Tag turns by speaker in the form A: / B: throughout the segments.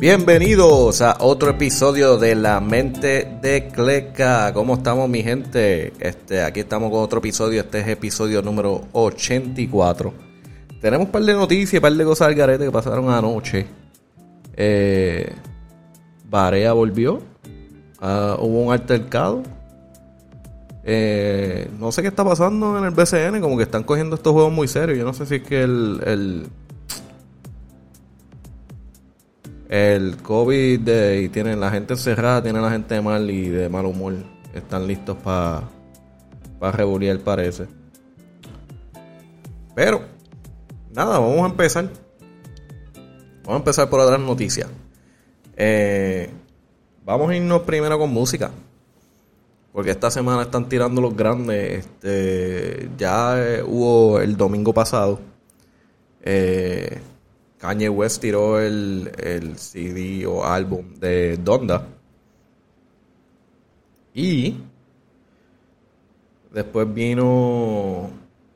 A: Bienvenidos a otro episodio de La Mente de Cleca. ¿Cómo estamos, mi gente? Aquí estamos con otro episodio. Este es episodio número 84. Tenemos un par de noticias, un par de cosas al garete que pasaron anoche. Barea volvió. Hubo un altercado. No sé qué está pasando en el BCN. Como que están cogiendo estos juegos muy serios. Yo no sé si es que el COVID y tienen la gente encerrada, tienen la gente mal y de mal humor. Están listos para rebuliar, parece. Pero, nada, vamos a empezar. Vamos a empezar por otras noticias. Vamos a irnos primero con música. Porque esta semana están tirando los grandes. Ya hubo el domingo pasado. Kanye West tiró el CD o álbum de Donda. Y después vino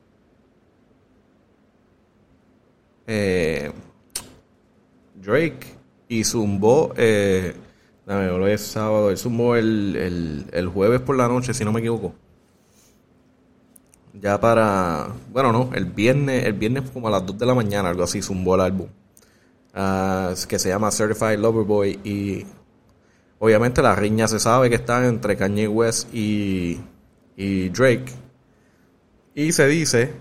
A: Drake y zumbó. Hoy es sábado. Él zumbó el jueves por la noche, si no me equivoco. Ya para... Bueno, no, el viernes como a las 2 de la mañana, algo así, zumbó el álbum. Que se llama Certified Lover Boy. Y obviamente la riña se sabe que está entre Kanye West y Drake. Y se dice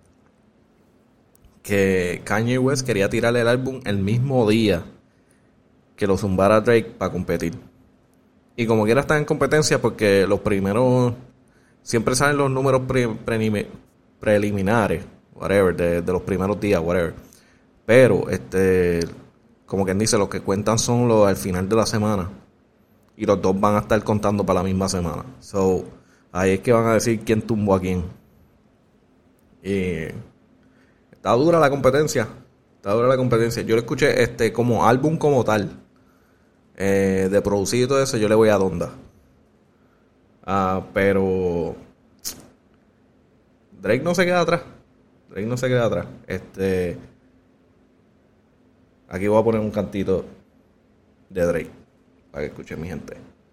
A: que Kanye West quería tirarle el álbum el mismo día que lo zumbara Drake para competir. Y como quiera estar en competencia porque los primeros... Siempre salen los números preliminares, whatever, de los primeros días, whatever. Pero, como quien dice, los que cuentan son los al final de la semana. Y los dos van a estar contando para la misma semana. So, ahí es que van a decir quién tumbó a quién. Y está dura la competencia. Yo lo escuché como álbum como tal. De producir y todo eso, yo le voy a Donda. Pero Drake no se queda atrás. Aquí voy a poner un cantito de Drake para que escuchen, mi gente.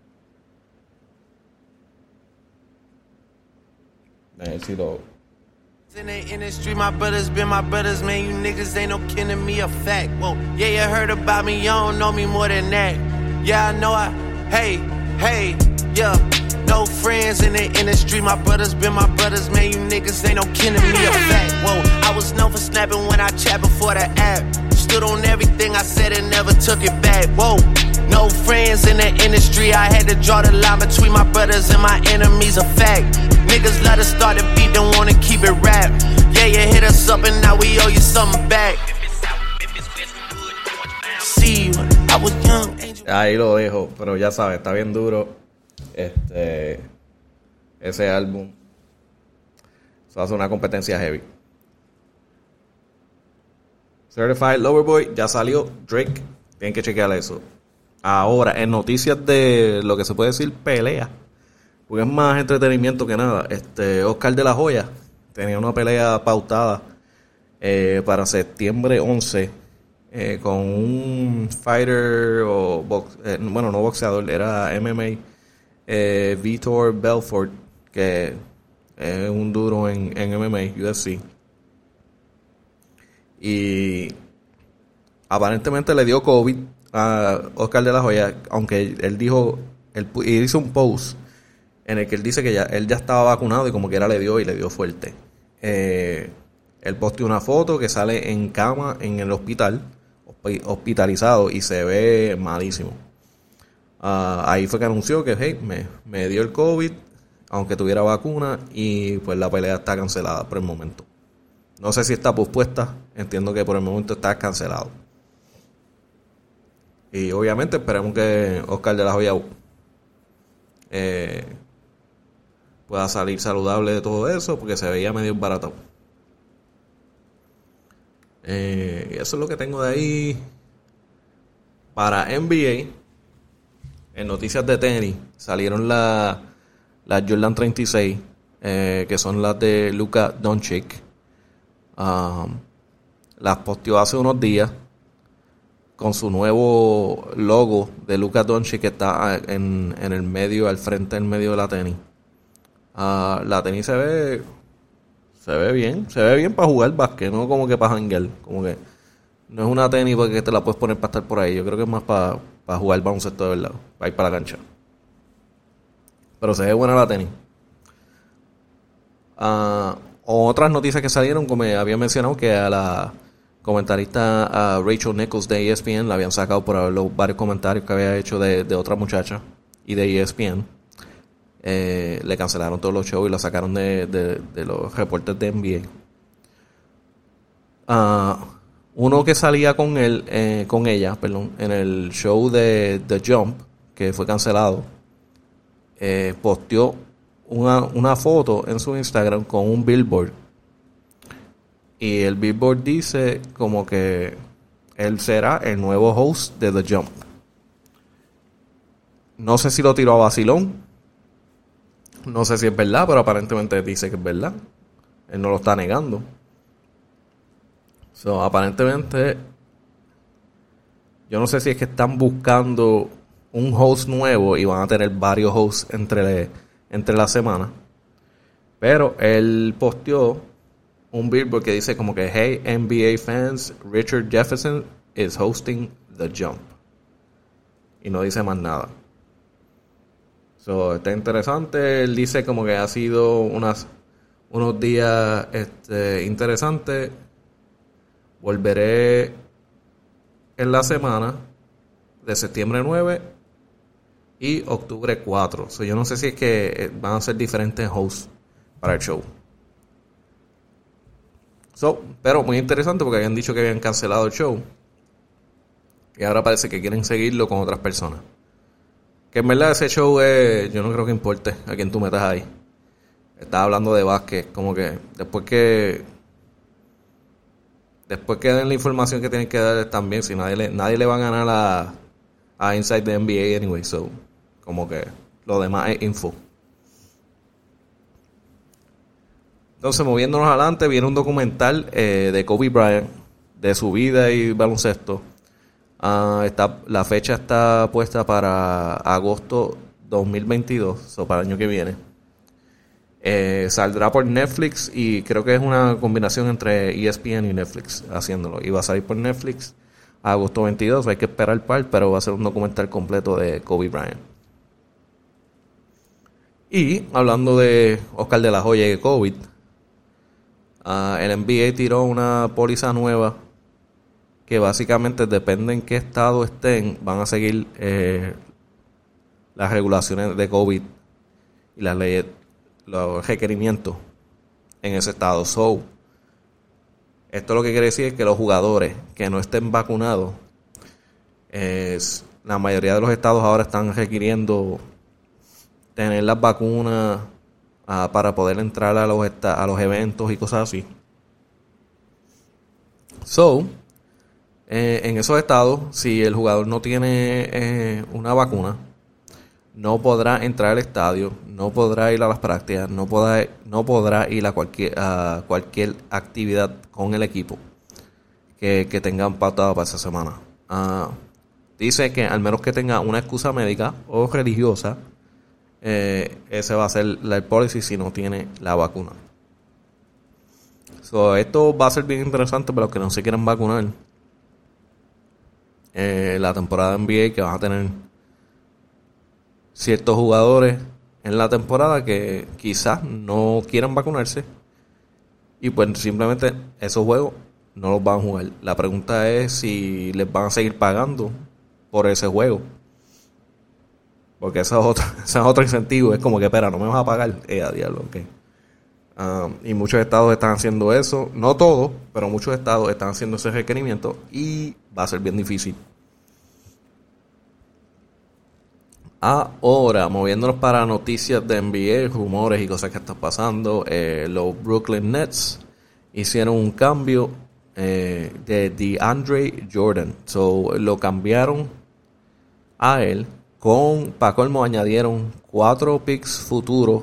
A: A ver si lo...
B: In the industry, my brothers been my brothers, man. You niggas ain't no kin to me, a fact. Whoa, yeah, you heard about me, you don't know me more than that. Yeah, I know hey, yeah. No friends in the industry, my brothers been my brothers, man. You niggas ain't no kin to me, a fact. Whoa, I was known for snapping when I chat before the app. Stood on everything I said and never took it back. Whoa, no friends in the industry. I had to draw the line between my brothers and my enemies, a fact. Niggas let us start the beat, don't wanna keep it rap. Yeah, you hit us up and now we owe you something back. See, I was young.
A: Ahí lo dejo, pero ya sabes, está bien duro. Ese álbum. Eso hace una competencia heavy. Certified Lover Boy ya salió. Drake, tienen que chequear eso. Ahora, en noticias de lo que se puede decir pelea, porque es más entretenimiento que nada. Oscar de la Hoya tenía una pelea pautada para septiembre 11 con un fighter no boxeador, era MMA. Vitor Belfort, que es un duro en MMA, UFC. Y aparentemente le dio COVID a Oscar de la Hoya, aunque él hizo un post en el que él dice que él ya estaba vacunado y como quiera le dio fuerte. Él posteó una foto que sale en cama en el hospital, hospitalizado, y se ve malísimo. Ahí fue que anunció que hey, me dio el COVID, aunque tuviera vacuna, y pues la pelea está cancelada por el momento. No sé si está pospuesta, entiendo que por el momento está cancelado. Y obviamente esperemos que Oscar de la Hoya pueda salir saludable de todo eso, porque se veía medio barato. Y eso es lo que tengo de ahí. Para NBA, en noticias de tenis, salieron las Jordan 36, que son las de Luka Doncic. Las posteó hace unos días. con su nuevo logo de Luka Doncic que está en el medio, al frente del medio de la tenis. La tenis se ve bien para jugar básquet, no como que para janguear, como que no es una tenis porque te la puedes poner para estar por ahí. Yo creo que es más para jugar baloncesto de verdad, para ir para la cancha. Pero se ve buena la tenis. Otras noticias que salieron, como había mencionado, que a la comentarista Rachel Nichols de ESPN la habían sacado por los varios comentarios que había hecho de otra muchacha y de ESPN. Le cancelaron todos los shows y la sacaron de los reportes de NBA. Uno que salía con ella, en el show de The Jump, que fue cancelado, posteó una foto en su Instagram con un billboard. Y el billboard dice como que él será el nuevo host de The Jump. No sé si lo tiró a vacilón. No sé si es verdad, pero aparentemente dice que es verdad. Él no lo está negando. Aparentemente, yo no sé si es que están buscando un host nuevo y van a tener varios hosts entre la semana. Pero él posteó un billboard que dice como que hey NBA fans, Richard Jefferson is hosting The Jump. Y no dice más nada. Está interesante. Él dice como que ha sido unos días interesantes. Volveré en la semana de septiembre 9 y octubre 4. Yo no sé si es que van a ser diferentes hosts para el show. Pero muy interesante porque habían dicho que habían cancelado el show. Y ahora parece que quieren seguirlo con otras personas. Que en verdad ese show yo no creo que importe a quién tú metas ahí. Estaba hablando de básquet. Como que después que den la información que tienen que dar también. Si nadie le va a ganar a Inside the NBA anyway. Como que lo demás es info. Entonces, moviéndonos adelante, viene un documental de Kobe Bryant, de su vida y baloncesto. La fecha está puesta para agosto 2022, para el año que viene. Saldrá por Netflix y creo que es una combinación entre ESPN y Netflix haciéndolo. Y va a salir por Netflix a agosto 22, hay que esperar pero va a ser un documental completo de Kobe Bryant. Y hablando de Oscar de la Hoya y de COVID, el NBA tiró una póliza nueva que básicamente depende en qué estado estén, van a seguir las regulaciones de COVID y las leyes, los requerimientos en ese estado. Esto lo que quiere decir es que los jugadores que no estén vacunados, la mayoría de los estados ahora están requiriendo tener las vacunas para poder entrar a los eventos y cosas así. En esos estados, si el jugador no tiene una vacuna, no podrá entrar al estadio, no podrá ir a las prácticas, no podrá ir a cualquier actividad con el equipo que tengan pautada para esa semana. Dice que al menos que tenga una excusa médica o religiosa, ese va a ser el policy si no tiene la vacuna. Esto va a ser bien interesante para los que no se quieran vacunar. La temporada de NBA, que van a tener ciertos jugadores en la temporada que quizás no quieran vacunarse y pues simplemente esos juegos no los van a jugar. La pregunta es si les van a seguir pagando por ese juego, porque ese es otro incentivo. Es como que, espera, no me vas a pagar, a diablo, okay. Y muchos estados están haciendo eso, no todos, pero muchos estados están haciendo ese requerimiento y va a ser bien difícil. Ahora, moviéndonos para noticias de NBA, rumores y cosas que están pasando, los Brooklyn Nets hicieron un cambio de DeAndre Jordan. Lo cambiaron a él. Para colmo añadieron 4 picks futuros,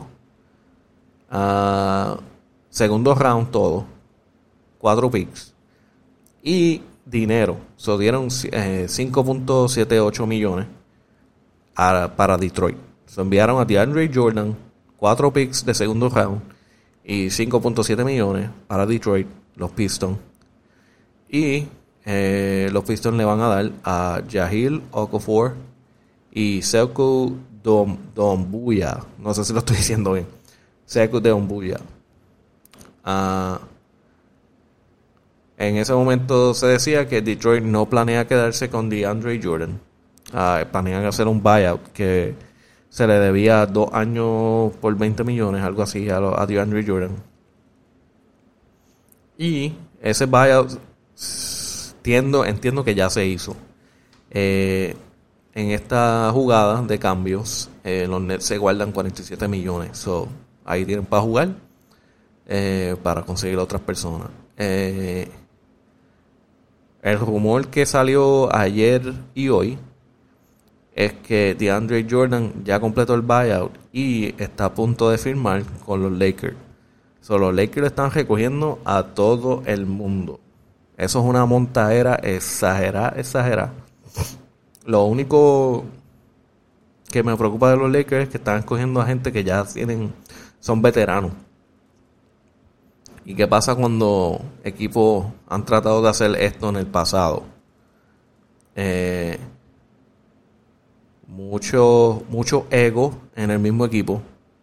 A: segundo round todo, 4 picks, y dinero. Dieron 5.78 millones para Detroit. Enviaron a DeAndre Jordan, 4 picks de segundo round y 5.7 millones para Detroit, los Pistons. Y los Pistons le van a dar a Jahlil Okafor y Sekou Doumbouya. No sé si lo estoy diciendo bien. Sekou Doumbouya. En ese momento se decía que Detroit no planea quedarse con DeAndre Jordan. Planean hacer un buyout que se le debía 2 años por 20 millones, algo así, a DeAndre Jordan. Y ese buyout entiendo que ya se hizo. En esta jugada de cambios, los Nets se guardan 47 millones. So, ahí tienen para jugar, para conseguir a otras personas. El rumor que salió ayer y hoy es que DeAndre Jordan ya completó el buyout y está a punto de firmar con los Lakers. Los Lakers están recogiendo a todo el mundo. Eso es una montadera exagerada. Lo único que me preocupa de los Lakers es que están escogiendo a gente que ya son veteranos. ¿Y qué pasa cuando equipos han tratado de hacer esto en el pasado? Mucho ego en el mismo equipo.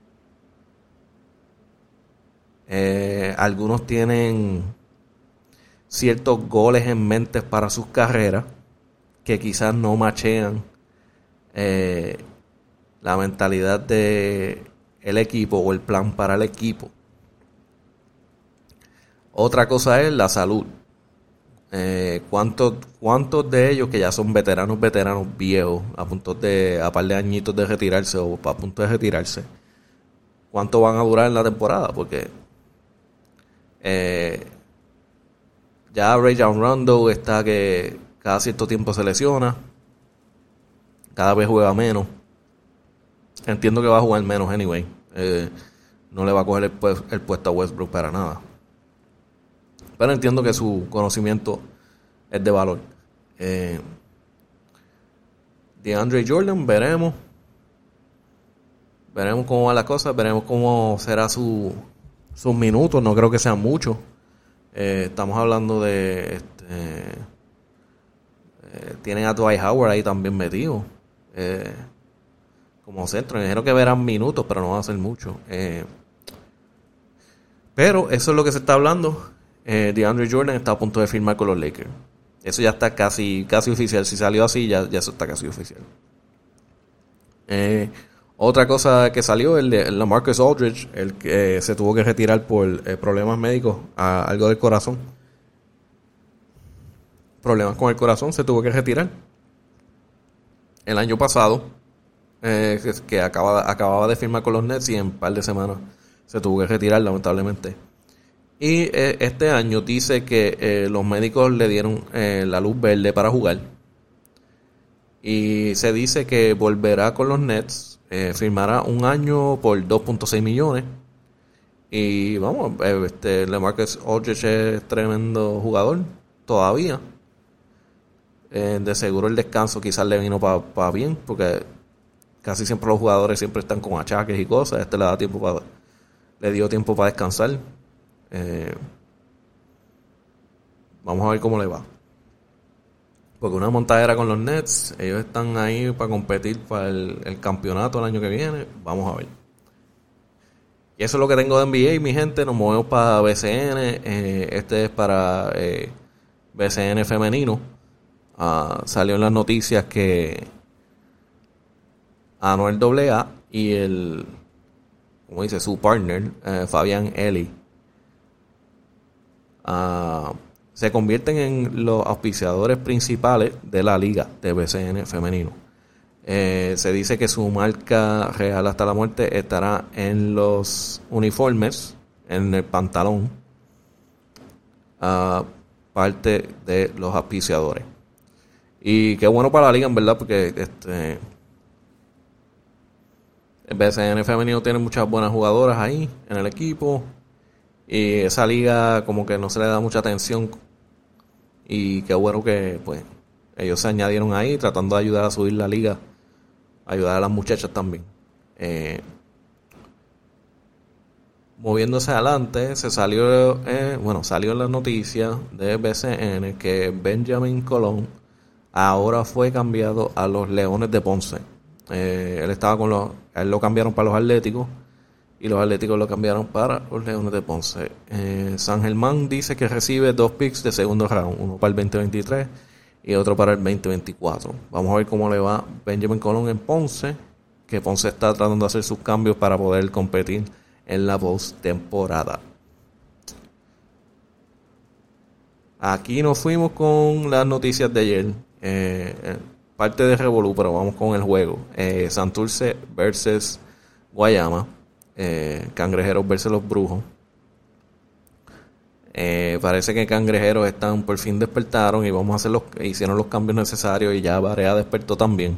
A: Algunos tienen ciertos goles en mente para sus carreras que quizás no machean la mentalidad de el equipo o el plan para el equipo. Otra cosa es la salud. ¿Cuántos de ellos que ya son veteranos viejos, a par de añitos de retirarse o a punto de retirarse, cuánto van a durar en la temporada? Porque ya Rajon Rondo está que cada cierto tiempo se lesiona, cada vez juega menos. Entiendo que va a jugar menos anyway. No le va a coger el puesto a Westbrook para nada. Pero entiendo que su conocimiento es de valor. DeAndre Jordan, veremos cómo van las cosas, veremos cómo será sus minutos. No creo que sean muchos. Estamos hablando de tienen a Dwight Howard ahí también metido como centro. Me dijeron que verán minutos, pero no va a ser mucho. Pero eso es lo que se está hablando. DeAndre Jordan está a punto de firmar con los Lakers. Eso ya está casi oficial. Si salió así, ya eso está casi oficial. Otra cosa que salió, el de LaMarcus Aldridge, el que se tuvo que retirar por problemas médicos, algo del corazón. Problemas con el corazón, se tuvo que retirar. El año pasado, que acababa de firmar con los Nets y en un par de semanas se tuvo que retirar, lamentablemente. Y este año dice que los médicos le dieron la luz verde para jugar. Y se dice que volverá con los Nets. Firmará un año por 2.6 millones. Y vamos, LaMarcus Aldridge es tremendo jugador todavía. De seguro el descanso quizás le vino para bien, porque casi siempre los jugadores siempre están con achaques y cosas. Le dio tiempo para descansar. Vamos a ver cómo le va, porque una montadera con los Nets, ellos están ahí para competir para el campeonato el año que viene. Vamos a ver. Y eso es lo que tengo de NBA, mi gente. Nos movemos para BCN. Este es para BCN femenino. Salió en las noticias que Anuel AA y su partner Fabián Eli se convierten en los auspiciadores principales de la liga de BCN femenino. Se dice que su marca real hasta la muerte estará en los uniformes, en el pantalón, parte de los auspiciadores. Y qué bueno para la liga, en verdad, porque el BCN femenino tiene muchas buenas jugadoras ahí en el equipo. Y esa liga como que no se le da mucha atención Y qué bueno que pues ellos se añadieron ahí tratando de ayudar a subir la liga, ayudar a las muchachas también. Moviéndose adelante, salió en las noticias de BCN que Benjamin Colón ahora fue cambiado a los Leones de Ponce. Él lo cambiaron para los Atléticos y los Atléticos lo cambiaron para los Leones de Ponce. San Germán dice que recibe 2 picks de segundo round, uno para el 2023 y otro para el 2024. Vamos a ver cómo le va Benjamin Colón en Ponce, que Ponce está tratando de hacer sus cambios para poder competir en la postemporada. Aquí nos fuimos con las noticias de ayer. Parte de Revolú, pero vamos con el juego. Santurce versus Guayama. Cangrejeros versus los Brujos. Parece que Cangrejeros están por fin despertaron y hicieron los cambios necesarios y ya Barea despertó también.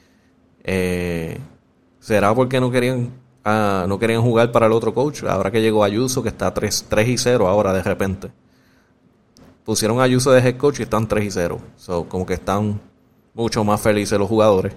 A: ¿Será porque no querían jugar para el otro coach? Ahora que llegó Ayuso, que está 3-0 ahora de repente. Pusieron a Ayuso de head coach y están 3-0. So, como que están mucho más felices los jugadores.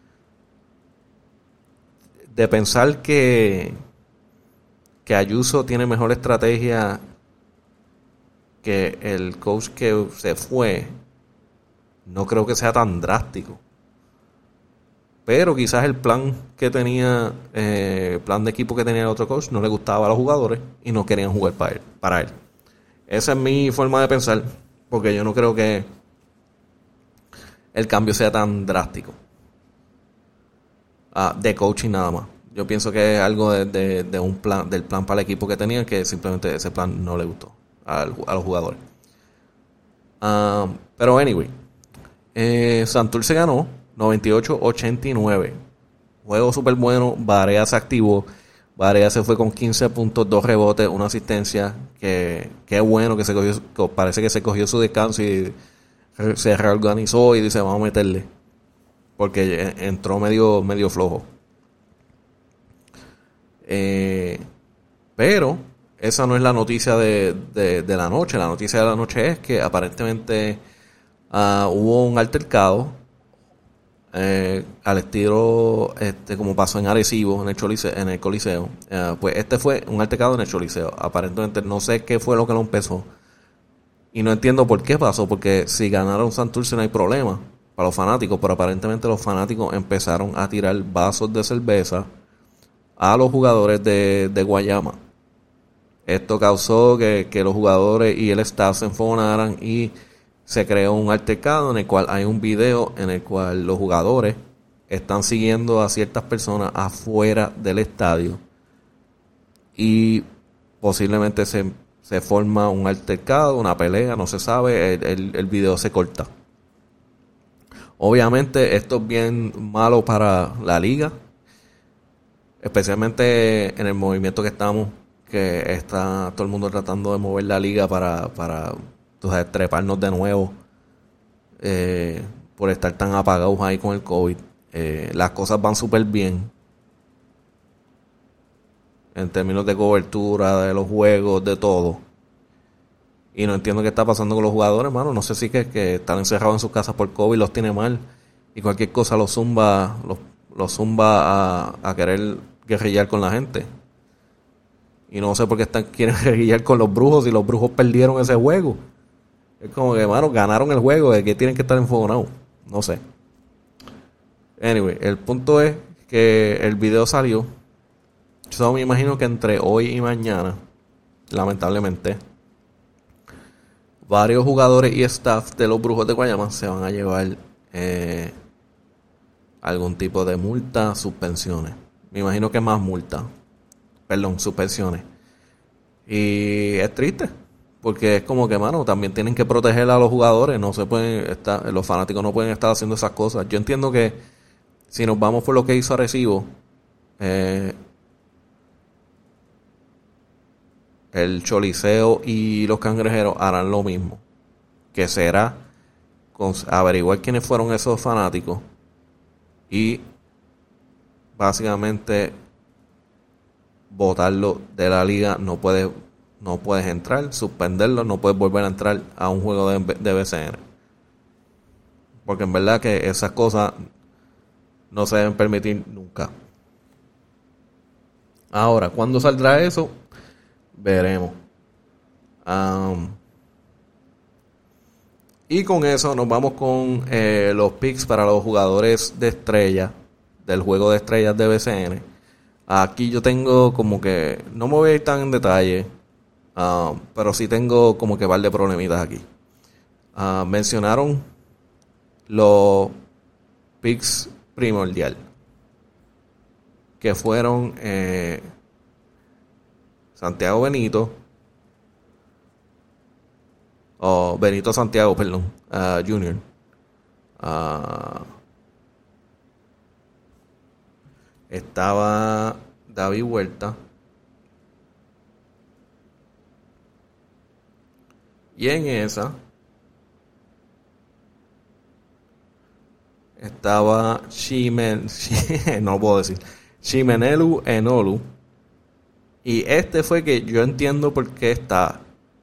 A: De pensar que Ayuso tiene mejor estrategia que el coach que se fue, no creo que sea tan drástico. Pero quizás el plan que tenía, plan de equipo que tenía el otro coach no le gustaba a los jugadores y no querían jugar para él. Esa es mi forma de pensar, porque yo no creo que el cambio sea tan drástico. De coaching nada más. Yo pienso que es algo de un plan, del plan para el equipo que tenían, que simplemente ese plan no le gustó a los jugadores. Pero anyway, Santurce ganó 98-89. Juego súper bueno. Barea se activó. Barea se fue con 15 puntos, 2 rebotes, una asistencia. Qué bueno que parece que se cogió su descanso y se reorganizó y dice vamos a meterle. Porque entró medio flojo. Pero esa no es la noticia de la noche. La noticia de la noche es que aparentemente hubo un altercado al estilo como pasó en Arecibo, en el Coliseo. Pues este fue un altercado en el Coliseo. Aparentemente no sé qué fue lo que lo empezó y no entiendo por qué pasó, porque si ganaron Santurce no hay problema para los fanáticos, pero aparentemente los fanáticos empezaron a tirar vasos de cerveza a los jugadores de Guayama. Esto causó que los jugadores y el staff se enfogonaran y se creó un altercado en el cual hay un video en el cual los jugadores están siguiendo a ciertas personas afuera del estadio y posiblemente se forma un altercado, una pelea, no se sabe, el video se corta. Obviamente esto es bien malo para la liga, especialmente en el movimiento que estamos, que está todo el mundo tratando de mover la liga para tú sabes, treparnos de nuevo por estar tan apagados ahí con el COVID. Las cosas van súper bien en términos de cobertura, de los juegos, de todo. Y no entiendo qué está pasando con los jugadores, hermano. No sé si que están encerrados en sus casas por COVID, los tiene mal y cualquier cosa los zumba a querer guerrillar con la gente. Y no sé por qué quieren guerrillar con los Brujos si los Brujos perdieron ese juego. Es como que, hermano, ganaron el juego, de que tienen que estar enfogonados. No sé. Anyway, el punto es que el video salió. Yo me imagino que entre hoy y mañana, lamentablemente, varios jugadores y staff de los Brujos de Guayama se van a llevar algún tipo de multa, suspensiones. Me imagino que más multa. Perdón, suspensiones. Y es triste, porque es como que, mano, también tienen que proteger a los jugadores. No se pueden los fanáticos no pueden estar haciendo esas cosas. Yo entiendo que si nos vamos por lo que hizo Arecibo, el Choliseo y los Cangrejeros harán lo mismo, que será averiguar quiénes fueron esos fanáticos y básicamente votarlo de la liga. No puede no puedes entrar, suspenderlo, no puedes volver a entrar a un juego de BCN. Porque en verdad que esas cosas no se deben permitir nunca. Ahora, ¿cuándo saldrá eso? Veremos. Y con eso nos vamos con los picks para los jugadores de estrella del juego de estrellas de BCN. Aquí yo tengo como que, no me voy a ir tan en detalle, pero sí tengo como que par de problemitas aquí. Mencionaron los picks primordial, que fueron Santiago Benito, o Benito Santiago, perdón, Junior. Estaba David Huerta. Y en esa estaba no puedo decir, Chimenelu Enolu. Y este fue que yo entiendo por qué está.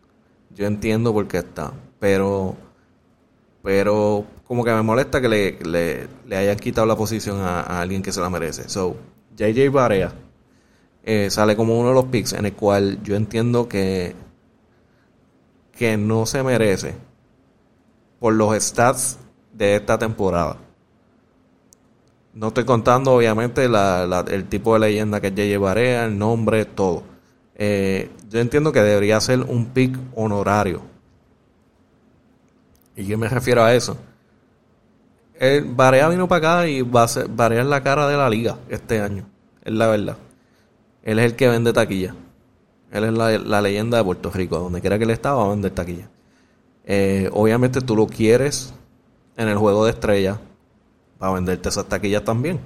A: Pero como que me molesta que le hayan quitado la posición a alguien que se la merece. So, JJ Barea sale como uno de los picks en el cual yo entiendo que no se merece por los stats de esta temporada. No estoy contando obviamente el tipo de leyenda que es JJ Barea, el nombre, todo. Yo entiendo que debería ser un pick honorario. ¿Y yo me refiero a eso? Barea vino para acá y Barea es la cara de la liga este año. Es la verdad. Él es el que vende taquilla. Él es la leyenda de Puerto Rico. Donde quiera que él estaba, va a vender taquilla. Obviamente tú lo quieres en el juego de estrellas para venderte esas taquillas también.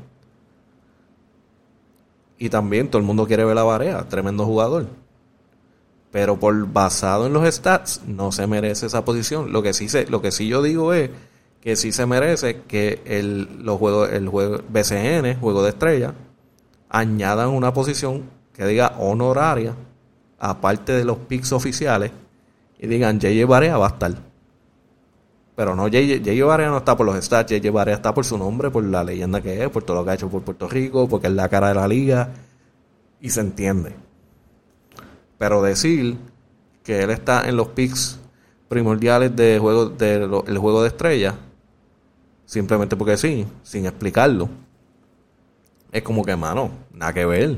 A: Y también todo el mundo quiere ver a Barea, tremendo jugador. Pero basado en los stats, no se merece esa posición. Lo que sí yo digo es que sí se merece que el juego BCN, juego de estrella, añadan una posición que diga honoraria, aparte de los picks oficiales, y digan JJ Barea va a estar. Pero no, JJ Barea no está por los stats, JJ Barea está por su nombre, por la leyenda que es, por todo lo que ha hecho por Puerto Rico, porque es la cara de la liga, y se entiende. Pero decir que él está en los picks primordiales del juego de estrella, simplemente porque sí, sin explicarlo, es como que, mano, nada que ver.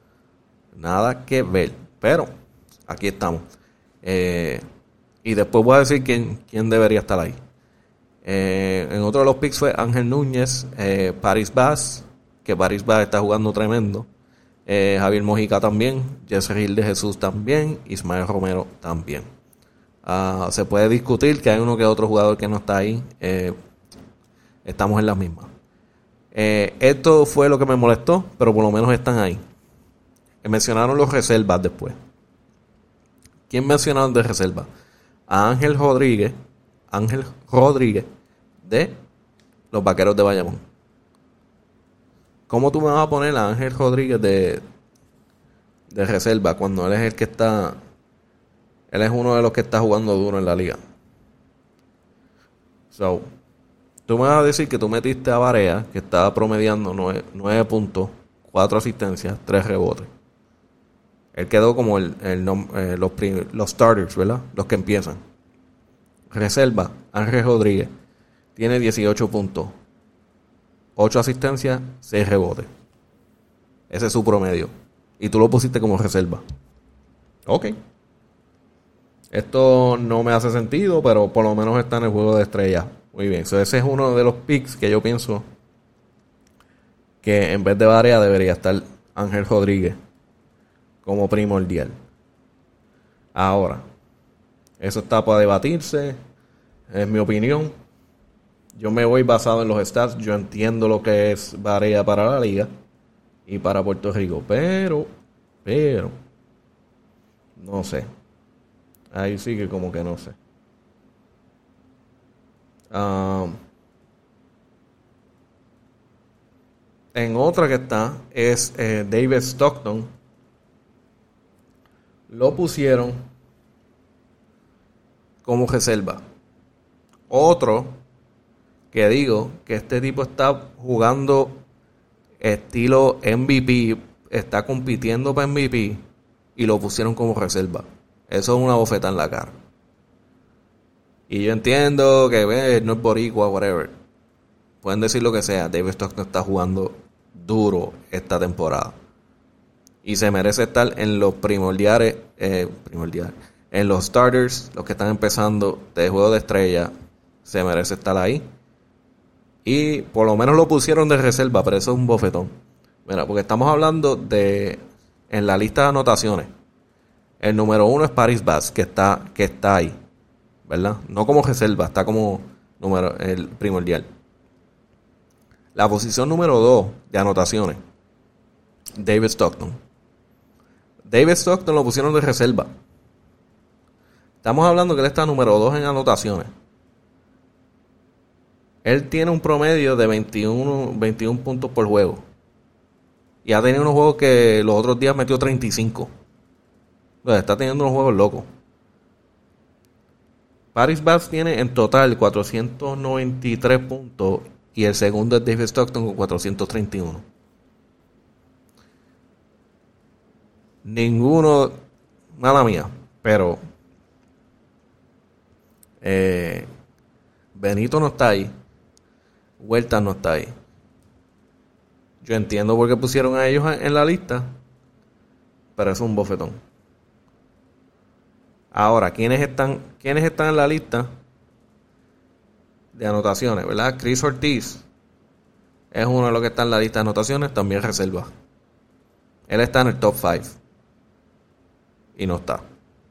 A: Pero aquí estamos. Y después voy a decir quién debería estar ahí. En otro de los picks fue Ángel Núñez, Paris Bass, que Paris Bass está jugando tremendo. Javier Mojica también, Yesril de Jesús también, Ismael Romero también. Se puede discutir que hay uno que otro jugador que no está ahí. Estamos en las mismas. Esto fue lo que me molestó, pero por lo menos están ahí. Mencionaron los reservas después. ¿Quién mencionaron de reserva? A Ángel Rodríguez de los Vaqueros de Bayamón. ¿Cómo tú me vas a poner a Ángel Rodríguez de reserva cuando él es el que está... Él es uno de los que está jugando duro en la liga? So, tú me vas a decir que tú metiste a Barea, que estaba promediando 9 puntos, 4 asistencias, 3 rebotes. Él quedó como los starters, ¿verdad? Los que empiezan. Reserva, Ángel Rodríguez. Tiene 18 puntos. 8 asistencias, 6 rebotes. Ese es su promedio. Y tú lo pusiste como reserva. Ok. Esto no me hace sentido, pero por lo menos está en el juego de estrellas. Muy bien. So, ese es uno de los picks que yo pienso que en vez de Barea debería estar Ángel Rodríguez como primordial. Ahora, eso está para debatirse. Es mi opinión. Yo me voy basado en los stats. Yo entiendo lo que es Barea para la liga y para Puerto Rico. Pero, no sé. Ahí sí que como que no sé. En otra que está es David Stockton. lo pusieron como reserva. Otro que digo que este tipo está jugando estilo MVP, está compitiendo para MVP y lo pusieron como reserva. Eso es una bofeta en la cara. Y yo entiendo que no es boricua, whatever. Pueden decir lo que sea. David Stockton está jugando duro esta temporada. Y se merece estar en los primordiales. En los starters, los que están empezando de juego de estrella. Se merece estar ahí. Y por lo menos lo pusieron de reserva, pero eso es un bofetón. Mira, porque estamos hablando de... En la lista de anotaciones. El número 1 es Paris Bass, que está ahí. ¿Verdad? No como reserva, está como el primordial. La posición número 2 de anotaciones, David Stockton. David Stockton lo pusieron de reserva. Estamos hablando que él está número 2 en anotaciones. Él tiene un promedio de 21 puntos por juego. Y ha tenido unos juegos que los otros días metió 35. Entonces, está teniendo unos juegos locos. Paris Bass tiene en total 493 puntos y el segundo es David Stockton con 431. Ninguno, mala mía, pero Benito no está ahí, Huerta no está ahí. Yo entiendo por qué pusieron a ellos en la lista, pero eso es un bofetón. Ahora, ¿quiénes están en la lista de anotaciones, verdad? Chris Ortiz es uno de los que está en la lista de anotaciones, también reserva. Él está en el top 5 y no está.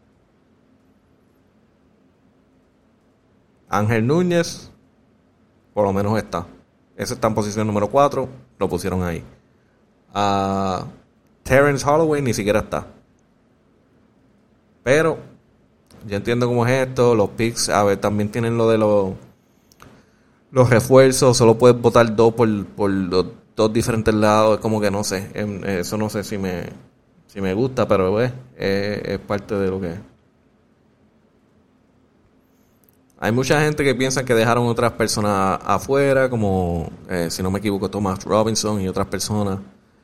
A: Ángel Núñez, por lo menos está. Ese está en posición número 4, lo pusieron ahí. Terrence Holloway ni siquiera está. Pero yo entiendo cómo es esto. Los picks, a ver, también tienen lo de los refuerzos. Solo puedes votar 2 por los 2 diferentes lados. Es como que no sé. Eso no sé si me gusta, pero es parte de lo que es. Hay mucha gente que piensa que dejaron otras personas afuera, como, si no me equivoco, Thomas Robinson y otras personas.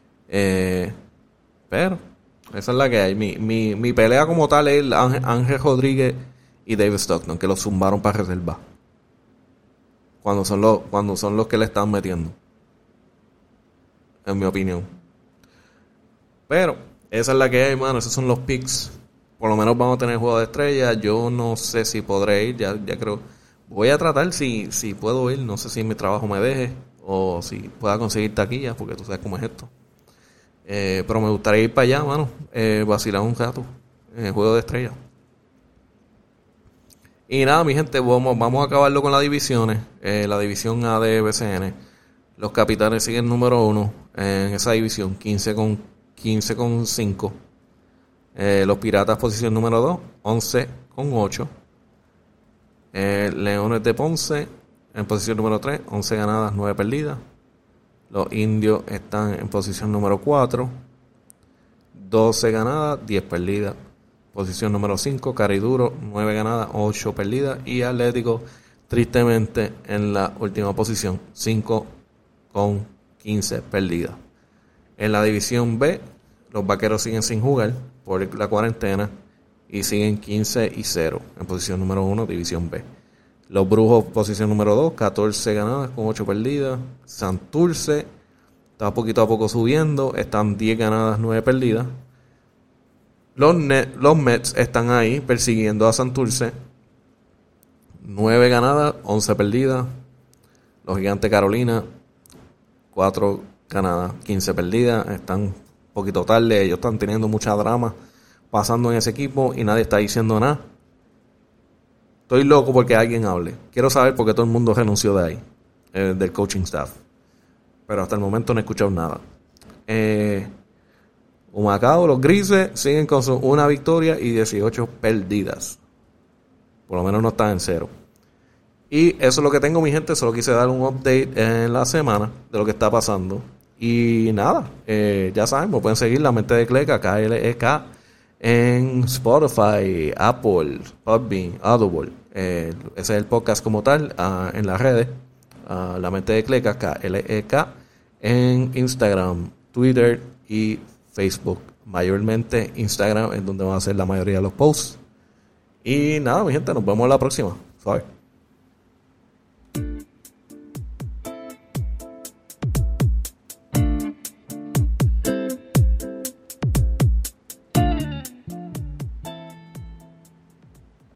A: Pero esa es la que hay. Mi pelea como tal es Ángel Rodríguez y David Stockton, que los zumbaron para reservar. Cuando son los que le están metiendo. En mi opinión. Pero esa es la que hay, mano. Esos son los picks. Por lo menos vamos a tener juego de estrellas. Yo no sé si podré ir. Ya creo. Voy a tratar si puedo ir. No sé si mi trabajo me deje. O si pueda conseguir taquillas. Porque tú sabes cómo es esto. Pero me gustaría ir para allá, mano. Vacilar un rato. Juego de estrellas. Y nada, mi gente. Vamos a acabarlo con las divisiones. La división A de BCN. Los Capitanes siguen número 1 en esa división. 15 con 5. Los Piratas posición número 2. 11 con 8. Leones de Ponce en posición número 3. 11 ganadas, 9 perdidas. Los Indios están en posición número 4. 12 ganadas, 10 perdidas. Posición número 5, Cariduro, 9 ganadas, 8 perdidas. Y Atlético, tristemente, en la última posición, 5 con 15 perdidas. En la división B, los Vaqueros siguen sin jugar por la cuarentena y siguen 15-0 en posición número 1, división B. Los Brujos, posición número 2, 14 ganadas con 8 perdidas. Santurce está poquito a poco subiendo, están 10 ganadas, 9 perdidas. Los Mets están ahí persiguiendo a Santurce, 9 ganadas, 11 perdidas. Los Gigantes de Carolina, 4 ganadas, 15 perdidas. Están un poquito tarde, ellos están teniendo mucha drama pasando en ese equipo y nadie está diciendo nada. Estoy loco porque alguien hable. Quiero saber por qué todo el mundo renunció de ahí, del coaching staff. Pero hasta el momento no he escuchado nada. Humacao, los Grises siguen con una victoria y 18 perdidas. Por lo menos no están en 0. Y eso es lo que tengo, mi gente. Solo quise dar un update en la semana de lo que está pasando. Y nada, ya saben, me pueden seguir La Mente de Cleca, KLEK, en Spotify, Apple, Podbean, Audible. Ese es el podcast como tal, en las redes. La mente de Cleca, K-L-E-K, en Instagram, Twitter y Facebook. Mayormente Instagram es donde van a ser la mayoría de los posts. Y nada, mi gente, nos vemos la próxima. Suave.